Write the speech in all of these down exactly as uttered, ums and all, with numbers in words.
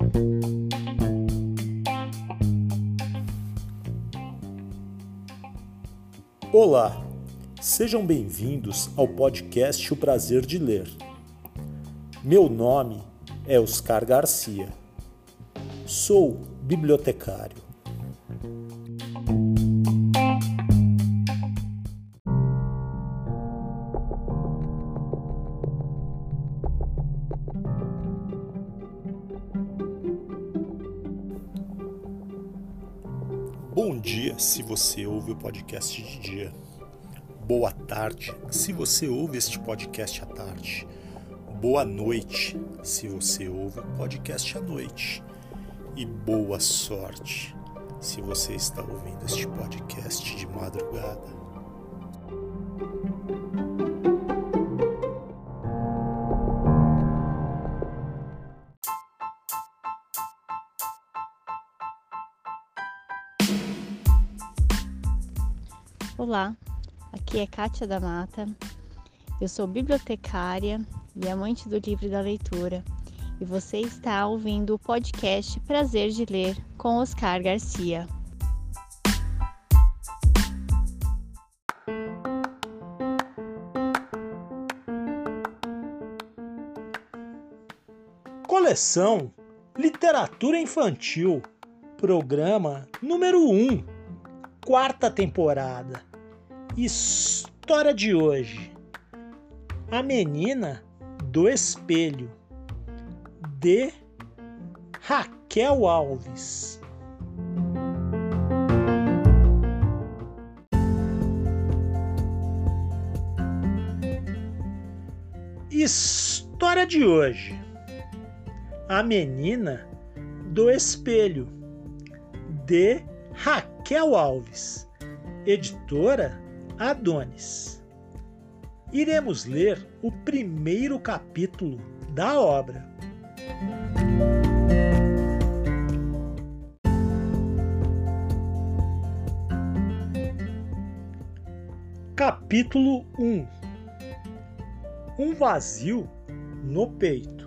Olá, sejam bem-vindos ao podcast O Prazer de Ler. Meu nome é Oscar Garcia. Sou bibliotecário. Bom dia, se você ouve o podcast de dia. Boa tarde, se você ouve este podcast à tarde. Boa noite, se você ouve o podcast à noite. E boa sorte, se você está ouvindo este podcast de madrugada. Olá, aqui é Kátia da Mata, eu sou bibliotecária e amante do livro e da leitura, e você está ouvindo o podcast Prazer de Ler com Oscar Garcia. Coleção Literatura Infantil, programa número um, quarta temporada. História de hoje: A Menina do Espelho, de Raquel Alves. História de hoje: A Menina do Espelho, de Raquel Alves, editora Adonis. Iremos ler o primeiro capítulo da obra. Capítulo um. Um vazio no peito.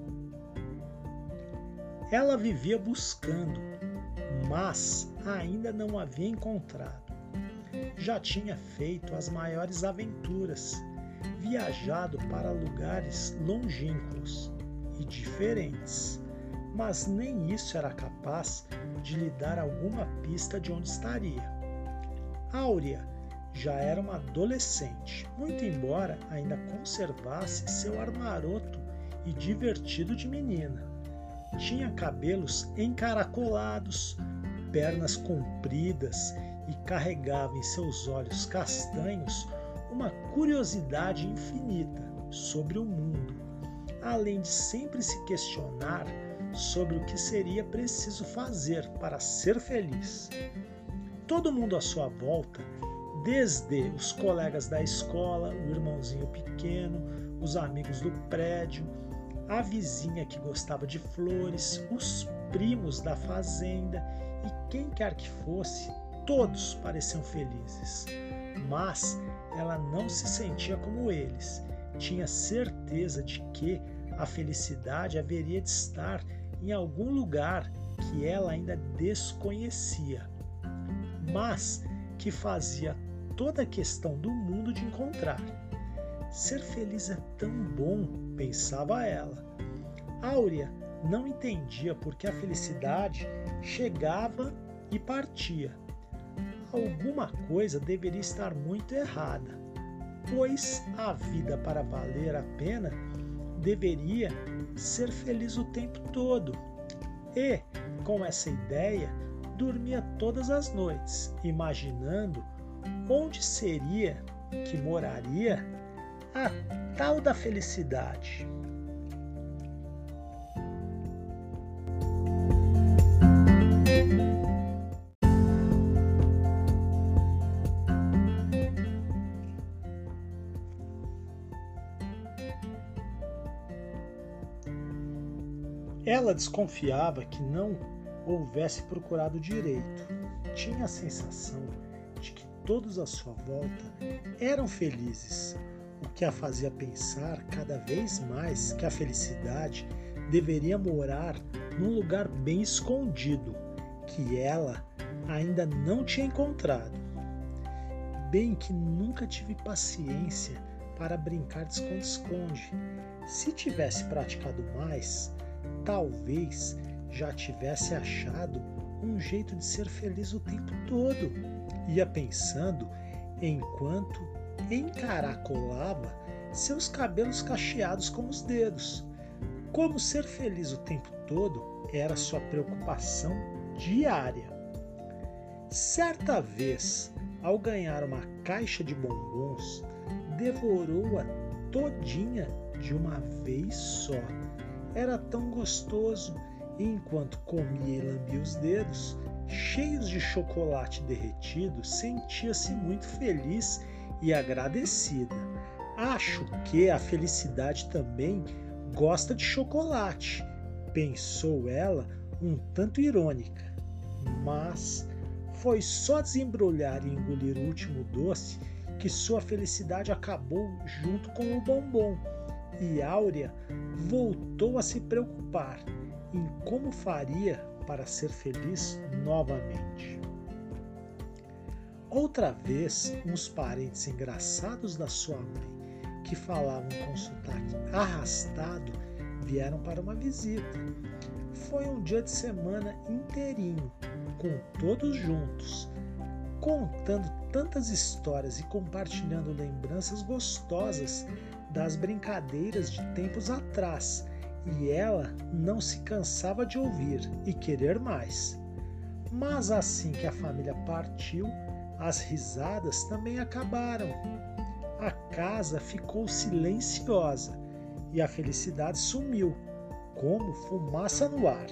Ela vivia buscando, mas ainda não havia encontrado. Já tinha feito as maiores aventuras, viajado para lugares longínquos e diferentes, mas nem isso era capaz de lhe dar alguma pista de onde estaria. Áurea já era uma adolescente, muito embora ainda conservasse seu ar maroto e divertido de menina. Tinha cabelos encaracolados, pernas compridas e carregava em seus olhos castanhos uma curiosidade infinita sobre o mundo, além de sempre se questionar sobre o que seria preciso fazer para ser feliz. Todo mundo à sua volta, desde os colegas da escola, o irmãozinho pequeno, os amigos do prédio, a vizinha que gostava de flores, os primos da fazenda e quem quer que fosse, todos pareciam felizes. Mas ela não se sentia como eles. Tinha certeza de que a felicidade haveria de estar em algum lugar que ela ainda desconhecia, mas que fazia toda a questão do mundo de encontrar. Ser feliz é tão bom, pensava ela. Áurea não entendia por que a felicidade chegava e partia. Alguma coisa deveria estar muito errada, pois a vida, para valer a pena, deveria ser feliz o tempo todo. E, com essa ideia, dormia todas as noites, imaginando onde seria que moraria a tal da felicidade. Ela desconfiava que não houvesse procurado direito. Tinha a sensação de que todos à sua volta eram felizes, o que a fazia pensar cada vez mais que a felicidade deveria morar num lugar bem escondido, que ela ainda não tinha encontrado. Bem que nunca tive paciência para brincar de esconde-esconde. Se tivesse praticado mais, talvez já tivesse achado um jeito de ser feliz o tempo todo. Ia pensando enquanto encaracolava seus cabelos cacheados como os dedos. Como ser feliz o tempo todo era sua preocupação diária. Certa vez, ao ganhar uma caixa de bombons, devorou-a todinha de uma vez só. Era tão gostoso, e enquanto comia e lambia os dedos, cheios de chocolate derretido, sentia-se muito feliz e agradecida. Acho que a felicidade também gosta de chocolate, pensou ela, um tanto irônica. Mas foi só desembrulhar e engolir o último doce que sua felicidade acabou junto com o bombom, e Áurea voltou a se preocupar em como faria para ser feliz novamente. Outra vez, uns parentes engraçados da sua mãe, que falavam com sotaque arrastado, vieram para uma visita. Foi um dia de semana inteirinho, com todos juntos, contando tantas histórias e compartilhando lembranças gostosas das brincadeiras de tempos atrás, e ela não se cansava de ouvir e querer mais. Mas assim que a família partiu, as risadas também acabaram. A casa ficou silenciosa e a felicidade sumiu, como fumaça no ar.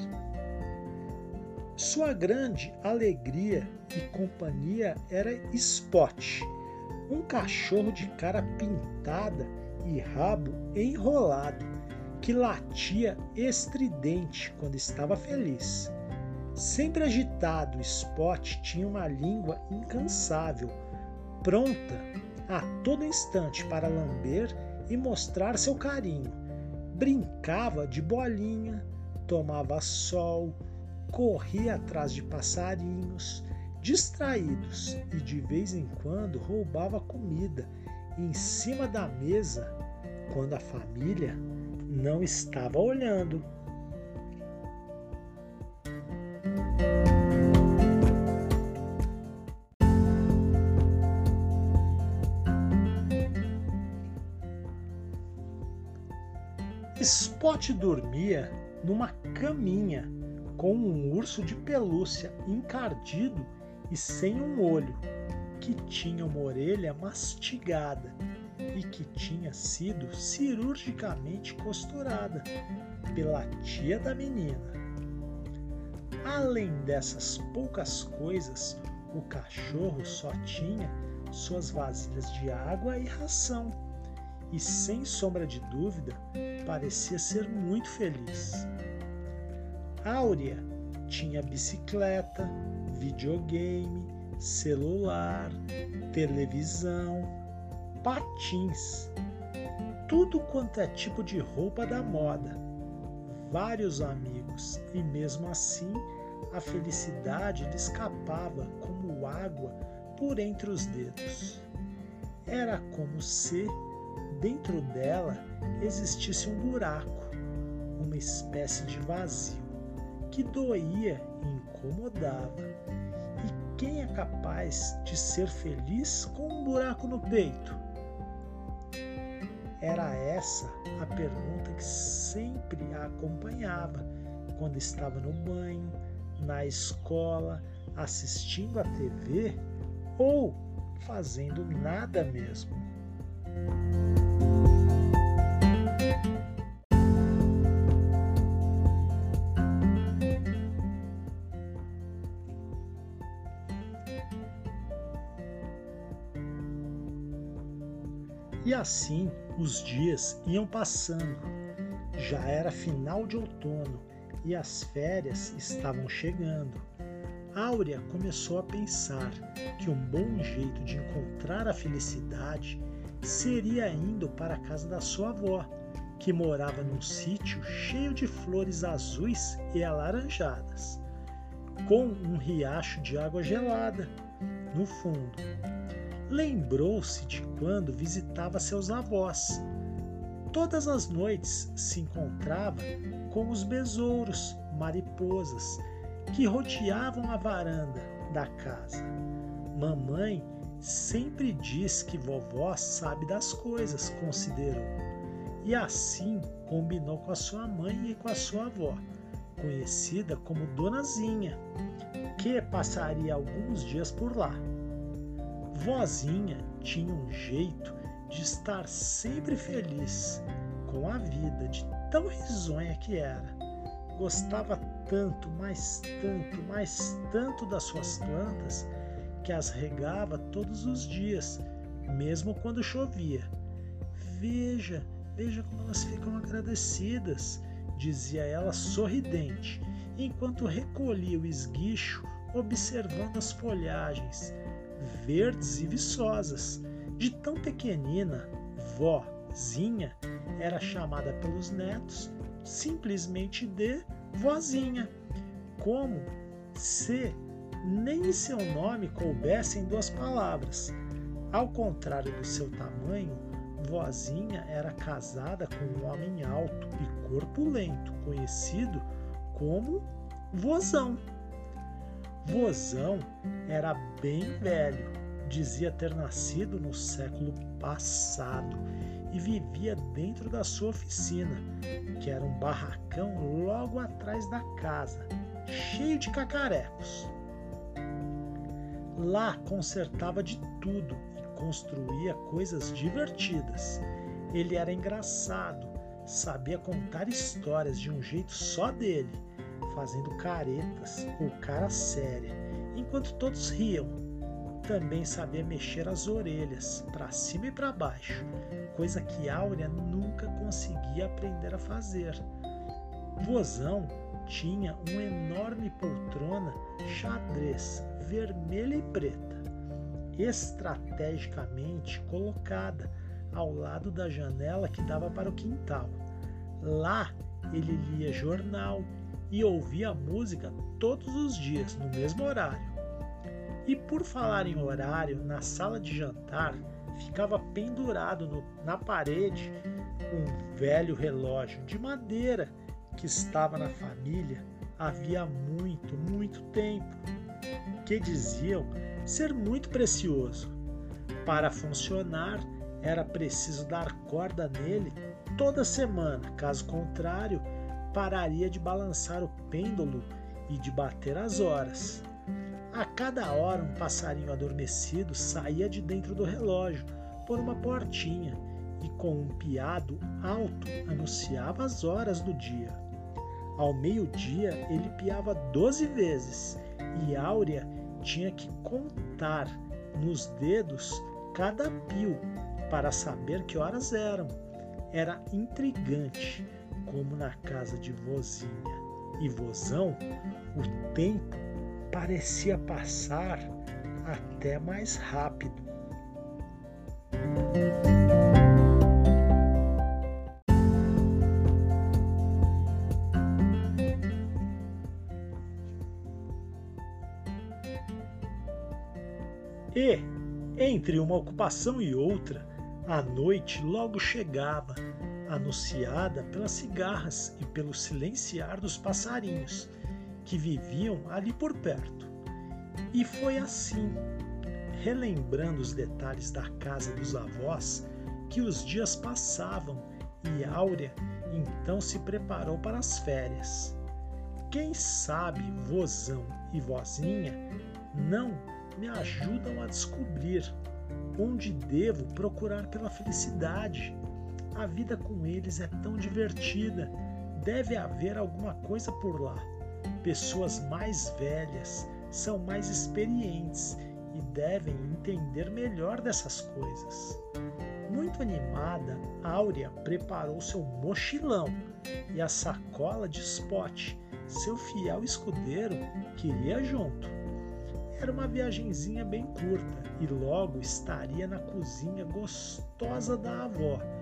Sua grande alegria e companhia era Spot, um cachorro de cara pintada e rabo enrolado, que latia estridente quando estava feliz. Sempre agitado, Spot tinha uma língua incansável, pronta a todo instante para lamber e mostrar seu carinho. Brincava de bolinha, tomava sol, corria atrás de passarinhos distraídos e de vez em quando roubava comida em cima da mesa quando a família não estava olhando. Spot dormia numa caminha com um urso de pelúcia encardido e sem um olho, que tinha uma orelha mastigada e que tinha sido cirurgicamente costurada pela tia da menina. Além dessas poucas coisas, o cachorro só tinha suas vasilhas de água e ração, e sem sombra de dúvida parecia ser muito feliz. Áurea tinha bicicleta, videogame, celular, televisão, patins, tudo quanto é tipo de roupa da moda, vários amigos, e mesmo assim a felicidade lhe escapava como água por entre os dedos. Era como se dentro dela existisse um buraco, uma espécie de vazio, que doía e incomodava. E quem é capaz de ser feliz com um buraco no peito? Era essa a pergunta que sempre a acompanhava quando estava no banho, na escola, assistindo a T V ou fazendo nada mesmo. E assim os dias iam passando. Já era final de outono e as férias estavam chegando. Áurea começou a pensar que um bom jeito de encontrar a felicidade seria indo para a casa da sua avó, que morava num sítio cheio de flores azuis e alaranjadas, com um riacho de água gelada no fundo. Lembrou-se de quando visitava seus avós. Todas as noites se encontrava com os besouros, mariposas, que rodeavam a varanda da casa. Mamãe sempre diz que vovó sabe das coisas, considerou. E assim combinou com a sua mãe e com a sua avó, conhecida como Dona Zinha, que passaria alguns dias por lá. Vozinha tinha um jeito de estar sempre feliz com a vida, de tão risonha que era. Gostava tanto, mais tanto, mais tanto das suas plantas que as regava todos os dias, mesmo quando chovia. Veja, veja como elas ficam agradecidas, dizia ela sorridente, enquanto recolhia o esguicho, observando as folhagens verdes e viçosas. De tão pequenina, Vozinha era chamada pelos netos simplesmente de Vozinha, como se nem em seu nome coubessem duas palavras. Ao contrário do seu tamanho, Vozinha era casada com um homem alto e corpulento, conhecido como Vozão. Vozão era bem velho, dizia ter nascido no século passado e vivia dentro da sua oficina, que era um barracão logo atrás da casa, cheio de cacarecos. Lá consertava de tudo e construía coisas divertidas. Ele era engraçado, sabia contar histórias de um jeito só dele, fazendo caretas ou cara séria, enquanto todos riam. Também sabia mexer as orelhas para cima e para baixo, coisa que Áurea nunca conseguia aprender a fazer. Vozão tinha uma enorme poltrona xadrez, vermelha e preta, estrategicamente colocada ao lado da janela que dava para o quintal. Lá ele lia jornal e ouvia música todos os dias, no mesmo horário. E por falar em horário, na sala de jantar ficava pendurado no, na parede um velho relógio de madeira que estava na família havia muito, muito tempo, que diziam ser muito precioso. Para funcionar, era preciso dar corda nele toda semana, caso contrário, pararia de balançar o pêndulo e de bater as horas. A cada hora, um passarinho adormecido saía de dentro do relógio por uma portinha e, com um piado alto, anunciava as horas do dia. Ao meio-dia, ele piava doze vezes e Áurea tinha que contar nos dedos cada pio para saber que horas eram. Era intrigante como na casa de Vozinha e Vozão o tempo parecia passar até mais rápido. E, entre uma ocupação e outra, a noite logo chegava, anunciada pelas cigarras e pelo silenciar dos passarinhos, que viviam ali por perto. E foi assim, relembrando os detalhes da casa dos avós, que os dias passavam e Áurea então se preparou para as férias. Quem sabe Vozão e Vozinha não me ajudam a descobrir onde devo procurar pela felicidade. A vida com eles é tão divertida, deve haver alguma coisa por lá. Pessoas mais velhas são mais experientes e devem entender melhor dessas coisas. Muito animada, Áurea preparou seu mochilão e a sacola de Spot, seu fiel escudeiro, que iria junto. Era uma viagenzinha bem curta e logo estaria na cozinha gostosa da avó,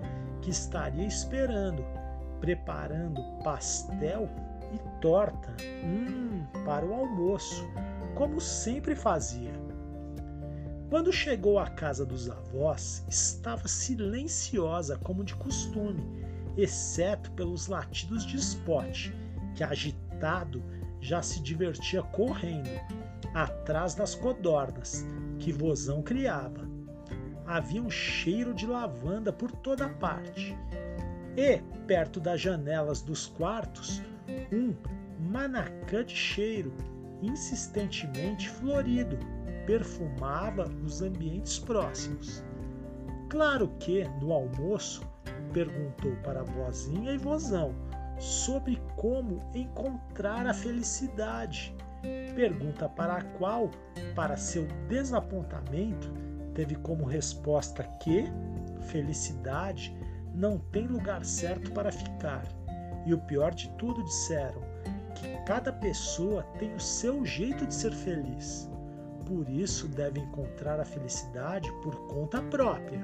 que estaria esperando, preparando pastel e torta hum, para o almoço, como sempre fazia. Quando chegou à casa dos avós, estava silenciosa como de costume, exceto pelos latidos de Spot, que agitado já se divertia correndo, atrás das codornas que Vozão criava. Havia um cheiro de lavanda por toda parte. E, perto das janelas dos quartos, um manacã de cheiro, insistentemente florido, perfumava os ambientes próximos. Claro que, no almoço, perguntou para a vozinha e Vozão sobre como encontrar a felicidade. Pergunta para a qual, para seu desapontamento, teve como resposta que felicidade não tem lugar certo para ficar. E o pior de tudo, disseram, que cada pessoa tem o seu jeito de ser feliz. Por isso deve encontrar a felicidade por conta própria.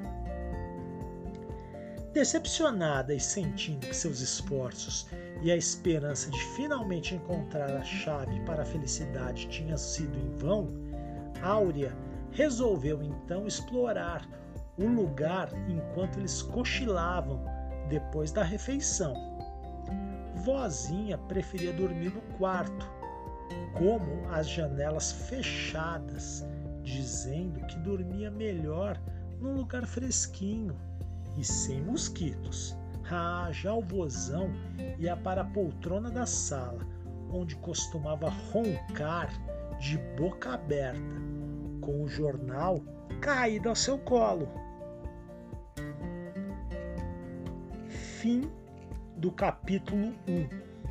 Decepcionada e sentindo que seus esforços e a esperança de finalmente encontrar a chave para a felicidade tinham sido em vão, Áurea resolveu então explorar o lugar enquanto eles cochilavam depois da refeição. Vozinha preferia dormir no quarto, como as janelas fechadas, dizendo que dormia melhor num lugar fresquinho e sem mosquitos. Ah, já o Vozão ia para a poltrona da sala, onde costumava roncar de boca aberta, com o jornal caído ao seu colo. Fim do capítulo um.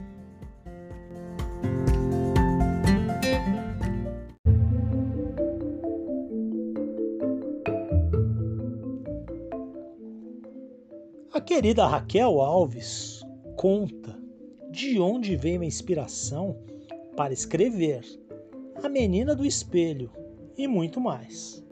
A querida Raquel Alves conta de onde veio a inspiração para escrever A Menina do Espelho e muito mais.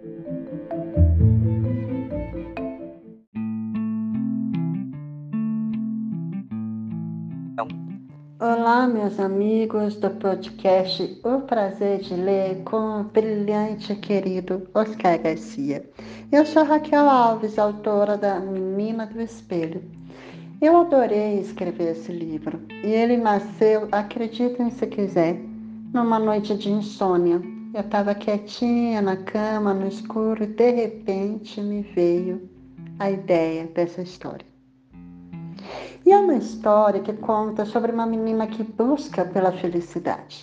Olá, meus amigos do podcast O Prazer de Ler com o brilhante e querido Oscar Garcia. Eu sou Raquel Alves, autora da Menina do Espelho. Eu adorei escrever esse livro e ele nasceu, acreditem se quiser, numa noite de insônia. Eu estava quietinha na cama, no escuro, e de repente me veio a ideia dessa história. E é uma história que conta sobre uma menina que busca pela felicidade.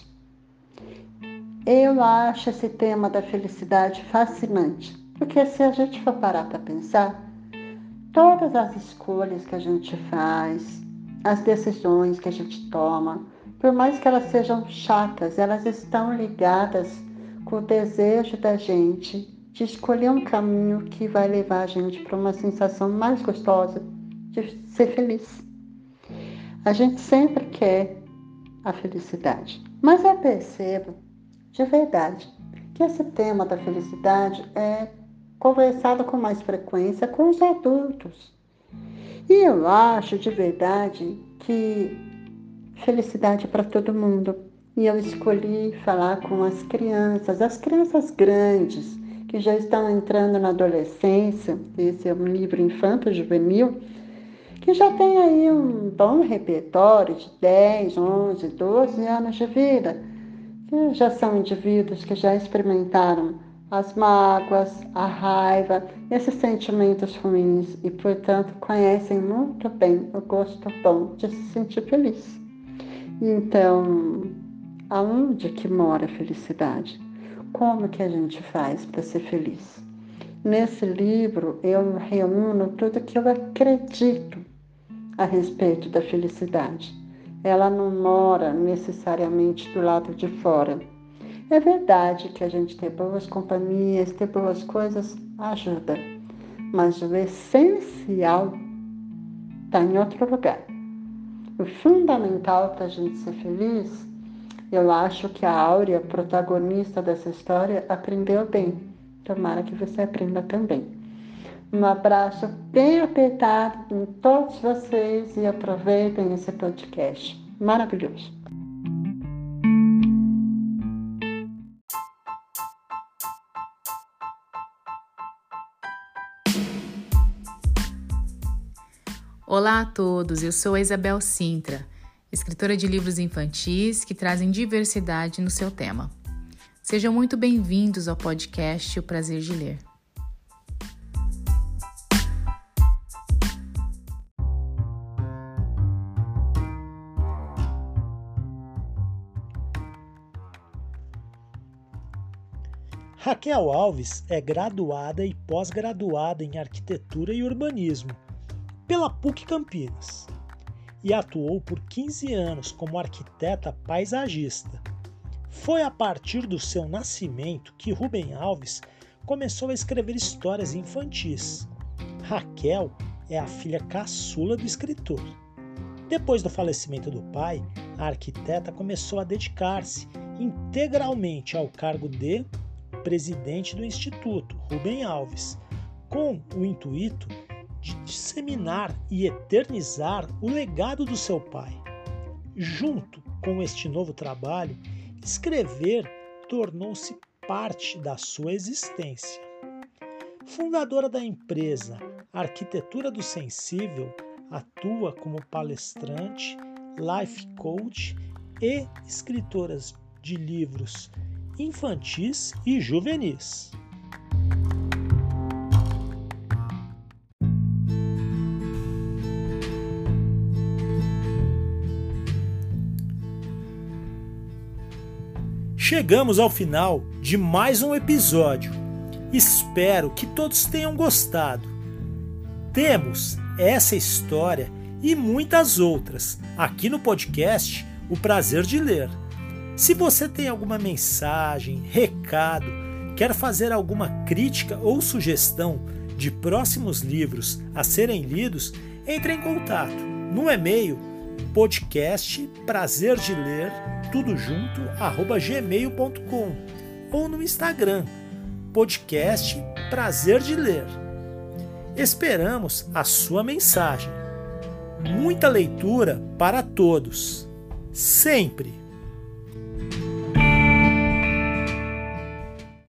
Eu acho esse tema da felicidade fascinante, porque se a gente for parar para pensar, todas as escolhas que a gente faz, as decisões que a gente toma, por mais que elas sejam chatas, elas estão ligadas com o desejo da gente de escolher um caminho que vai levar a gente para uma sensação mais gostosa de ser feliz. A gente sempre quer a felicidade, mas eu percebo, de verdade, que esse tema da felicidade é conversado com mais frequência com os adultos. E eu acho, de verdade, que felicidade é para todo mundo. E eu escolhi falar com as crianças, as crianças grandes, que já estão entrando na adolescência. Esse é um livro infanto-juvenil, que já tem aí um bom repertório de dez, onze, doze anos de vida, que já são indivíduos que já experimentaram as mágoas, a raiva, esses sentimentos ruins e, portanto, conhecem muito bem o gosto bom de se sentir feliz. Então, aonde que mora a felicidade? Como que a gente faz para ser feliz? Nesse livro, eu reúno tudo que eu acredito a respeito da felicidade. Ela não mora necessariamente do lado de fora. É verdade que a gente ter boas companhias, ter boas coisas, ajuda. Mas o essencial está em outro lugar. O fundamental para a gente ser feliz, eu acho que a Áurea, protagonista dessa história, aprendeu bem. Tomara que você aprenda também. Um abraço bem apertado em todos vocês e aproveitem esse podcast maravilhoso. Olá a todos, eu sou a Isabel Sintra, escritora de livros infantis que trazem diversidade no seu tema. Sejam muito bem-vindos ao podcast O Prazer de Ler. Raquel Alves é graduada e pós-graduada em Arquitetura e Urbanismo pela P U C Campinas e atuou por quinze anos como arquiteta paisagista. Foi a partir do seu nascimento que Rubem Alves começou a escrever histórias infantis. Raquel é a filha caçula do escritor. Depois do falecimento do pai, a arquiteta começou a dedicar-se integralmente ao cargo de presidente do Instituto Rubem Alves, com o intuito de disseminar e eternizar o legado do seu pai. Junto com este novo trabalho, escrever tornou-se parte da sua existência. Fundadora da empresa Arquitetura do Sensível, atua como palestrante, life coach e escritora de livros infantis e juvenis. Chegamos ao final de mais um episódio. Espero que todos tenham gostado. Temos essa história e muitas outras aqui no podcast O Prazer de Ler. Se você tem alguma mensagem, recado, quer fazer alguma crítica ou sugestão de próximos livros a serem lidos, entre em contato no e-mail podcast prazer de ler tudo junto arroba gmail ponto com ou no Instagram podcast prazer de ler. Esperamos a sua mensagem. Muita leitura para todos, sempre!